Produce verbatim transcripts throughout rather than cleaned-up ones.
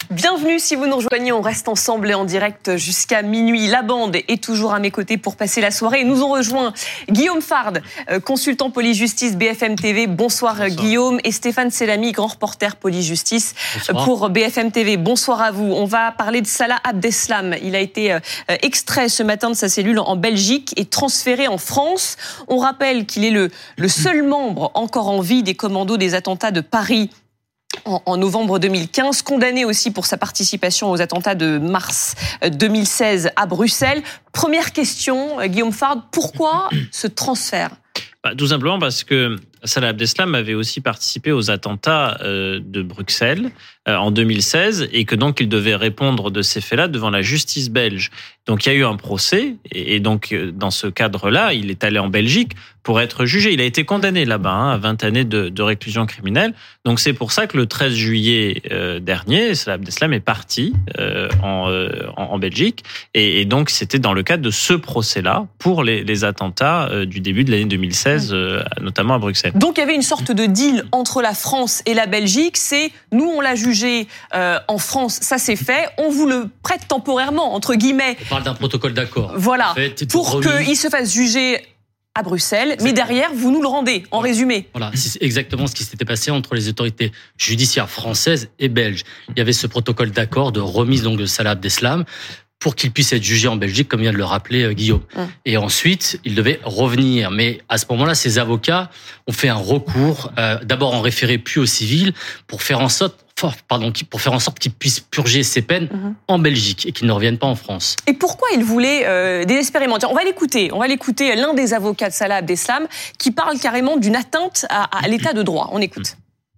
Bienvenue si vous nous rejoignez, on reste ensemble et en direct jusqu'à minuit. La bande est toujours à mes côtés pour passer la soirée. Nous ont rejoint Guillaume Fard, consultant police-justice B F M T V. Bonsoir, Bonsoir Guillaume. Et Stéphane Selami, grand reporter police-justice pour B F M T V. Bonsoir à vous. On va parler de Salah Abdeslam. Il a été extrait ce matin de sa cellule en Belgique et transféré en France. On rappelle qu'il est le, le seul membre encore en vie des commandos des attentats de Paris En, en novembre deux mille quinze, condamné aussi pour sa participation aux attentats de mars deux mille seize à Bruxelles. Première question, Guillaume Fard, pourquoi ce transfert ? Bah, tout simplement parce que Salah Abdeslam avait aussi participé aux attentats euh, de Bruxelles euh, en deux mille seize et que donc il devait répondre de ces faits-là devant la justice belge. Donc il y a eu un procès et, et donc dans ce cadre-là, il est allé en Belgique pour être jugé. Il a été condamné là-bas hein, à vingt années de, de réclusion criminelle. Donc c'est pour ça que le treize juillet euh, dernier, Salah Abdeslam est parti euh, en, euh, en, en Belgique et, et donc c'était dans le cadre de ce procès-là pour les, les attentats euh, du début de l'année deux mille seize, euh, notamment à Bruxelles. Donc il y avait une sorte de deal entre la France et la Belgique, c'est nous on l'a jugé euh, en France, ça c'est fait, on vous le prête temporairement, entre guillemets. On parle d'un protocole d'accord. Voilà, en fait, pour qu'il se fasse juger à Bruxelles, exactement. Mais derrière vous nous le rendez, en voilà. résumé. Voilà, c'est exactement ce qui s'était passé entre les autorités judiciaires françaises et belges. Il y avait ce protocole d'accord de remise donc de Salah Abdeslam pour qu'il puisse être jugé en Belgique, comme vient de le rappeler euh, Guillaume. Mmh. Et ensuite, il devait revenir. Mais à ce moment-là, ses avocats ont fait un recours, euh, d'abord en référé puis au civil, pour faire en sorte, pardon, pour faire en sorte qu'il puisse purger ses peines mmh. en Belgique et qu'il ne revienne pas en France. Et pourquoi il voulait euh, désespérément ? On va l'écouter. On va l'écouter, l'un des avocats de Salah Abdeslam, qui parle carrément d'une atteinte à, à l'état de droit. On écoute.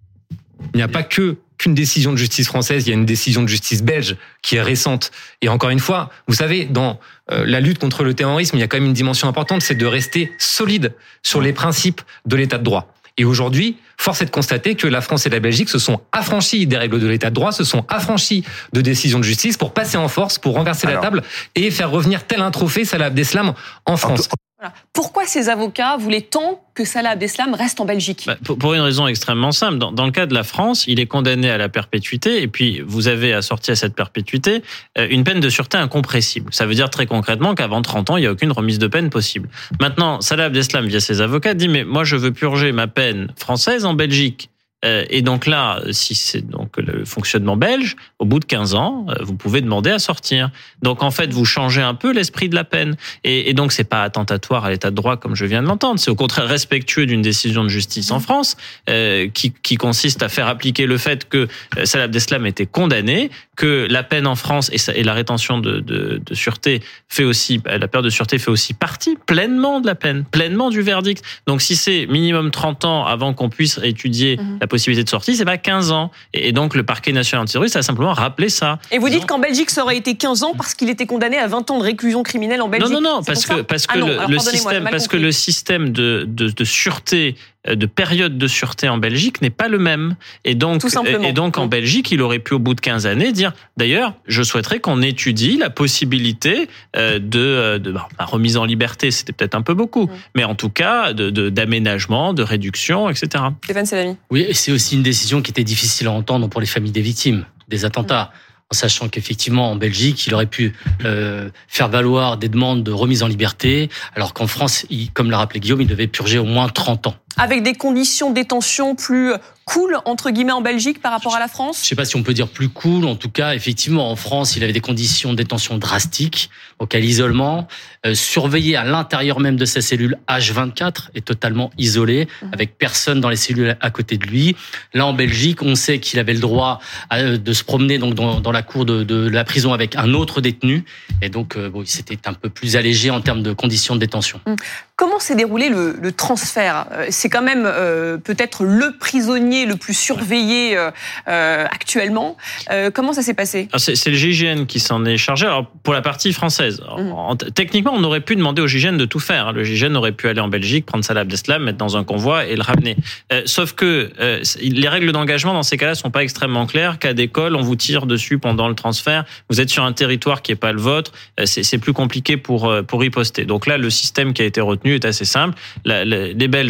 Il n'y a pas que qu'une décision de justice française, il y a une décision de justice belge qui est récente. Et encore une fois, vous savez, dans euh, la lutte contre le terrorisme, il y a quand même une dimension importante, c'est de rester solide sur les principes de l'état de droit. Et aujourd'hui, force est de constater que la France et la Belgique se sont affranchis des règles de l'état de droit, se sont affranchis de décisions de justice pour passer en force, pour renverser Alors, la table et faire revenir tel un trophée Salah Abdeslam en France. Voilà. Pourquoi ces avocats voulaient tant que Salah Abdeslam reste en Belgique ? bah, Pour une raison extrêmement simple. Dans, dans le cas de la France, il est condamné à la perpétuité et puis vous avez assorti à cette perpétuité une peine de sûreté incompressible. Ça veut dire très concrètement qu'avant trente ans, il n'y a aucune remise de peine possible. Maintenant, Salah Abdeslam, via ses avocats, dit « mais moi je veux purger ma peine française en Belgique ». Et donc là, si c'est donc le fonctionnement belge, au bout de quinze ans, vous pouvez demander à sortir. Donc en fait, vous changez un peu l'esprit de la peine. Et, et donc c'est pas attentatoire à l'état de droit comme je viens de l'entendre. C'est au contraire respectueux d'une décision de justice en France euh, qui, qui consiste à faire appliquer le fait que Salah Abdeslam était condamné, que la peine en France et, ça, et la rétention de, de, de sûreté fait aussi, la période de sûreté fait aussi partie pleinement de la peine, pleinement du verdict. Donc si c'est minimum trente ans avant qu'on puisse étudier mmh. la possibilité de sortie, c'est pas quinze ans. Et donc, le parquet national antiterroriste a simplement rappelé ça. Et vous dites qu'en Belgique, ça aurait été quinze ans parce qu'il était condamné à vingt ans de réclusion criminelle en Belgique. Non, non, non, parce que, parce que, ah non, le, le système, parce que le système de, de, de sûreté, de période de sûreté en Belgique n'est pas le même. Et donc, et donc en Belgique, il aurait pu, au bout de quinze années, dire, d'ailleurs, je souhaiterais qu'on étudie la possibilité de, de, de bah, remise en liberté, c'était peut-être un peu beaucoup, mmh. mais en tout cas, de, de, d'aménagement, de réduction, et cetera. Stéphane Selami. Oui, et c'est aussi une décision qui était difficile à entendre pour les familles des victimes des attentats. Mmh. En sachant qu'effectivement, en Belgique, il aurait pu euh, faire valoir des demandes de remise en liberté, alors qu'en France, il, comme l'a rappelé Guillaume, il devait purger au moins trente ans. Avec des conditions de détention plus cool, entre guillemets, en Belgique par rapport à la France ? Je ne sais pas si on peut dire plus cool. En tout cas, effectivement, en France, il avait des conditions de détention drastiques, donc à l'isolement, euh, surveillé à l'intérieur même de sa cellule H vingt-quatre et totalement isolé, mmh. avec personne dans les cellules à côté de lui. Là, en Belgique, on sait qu'il avait le droit à, de se promener donc dans, dans la cour de, de la prison avec un autre détenu. Et donc, euh, bon, c'était un peu plus allégé en termes de conditions de détention. Mmh. Comment s'est déroulé le, le transfert ? C'est quand même euh, peut-être le prisonnier le plus surveillé euh, euh, actuellement. Euh, comment ça s'est passé ? Alors c'est, c'est le G I G N qui s'en est chargé. Alors pour la partie française, mmh. en, techniquement, on aurait pu demander au G I G N de tout faire. Le G I G N aurait pu aller en Belgique, prendre Salah Abdeslam, mettre dans un convoi et le ramener. Euh, sauf que euh, les règles d'engagement dans ces cas-là sont pas extrêmement claires. Cas d'école, on vous tire dessus pendant le transfert. Vous êtes sur un territoire qui est pas le vôtre. Euh, c'est, c'est plus compliqué pour pour riposter. Donc là, le système qui a été retenu est assez simple. La, la, les Belges ont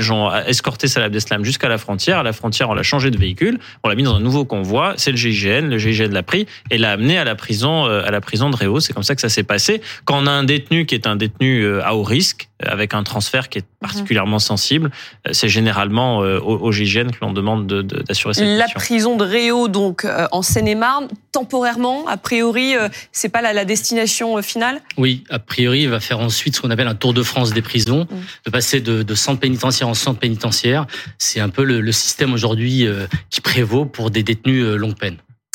a escorté Salah Abdeslam jusqu'à la frontière. À la frontière, on l'a changé de véhicule, on l'a mis dans un nouveau convoi. C'est le G I G N, le G I G N l'a pris et l'a amené à la prison, à la prison de Réau. C'est comme ça que ça s'est passé. Quand on a un détenu qui est un détenu à haut risque, avec un transfert qui est particulièrement sensible, c'est généralement au G I G N que l'on demande de, de, d'assurer cette mission. La prison de Réau, donc en Seine-et-Marne, temporairement, a priori, c'est pas la, la destination finale ? Oui, a priori, il va faire ensuite ce qu'on appelle un tour de France des prisons, mmh. de passer de, de centre pénitentiaire en centre pénitentiaire. C'est un peu le, le système aujourd'hui qui prévaut pour des détenus longue peine.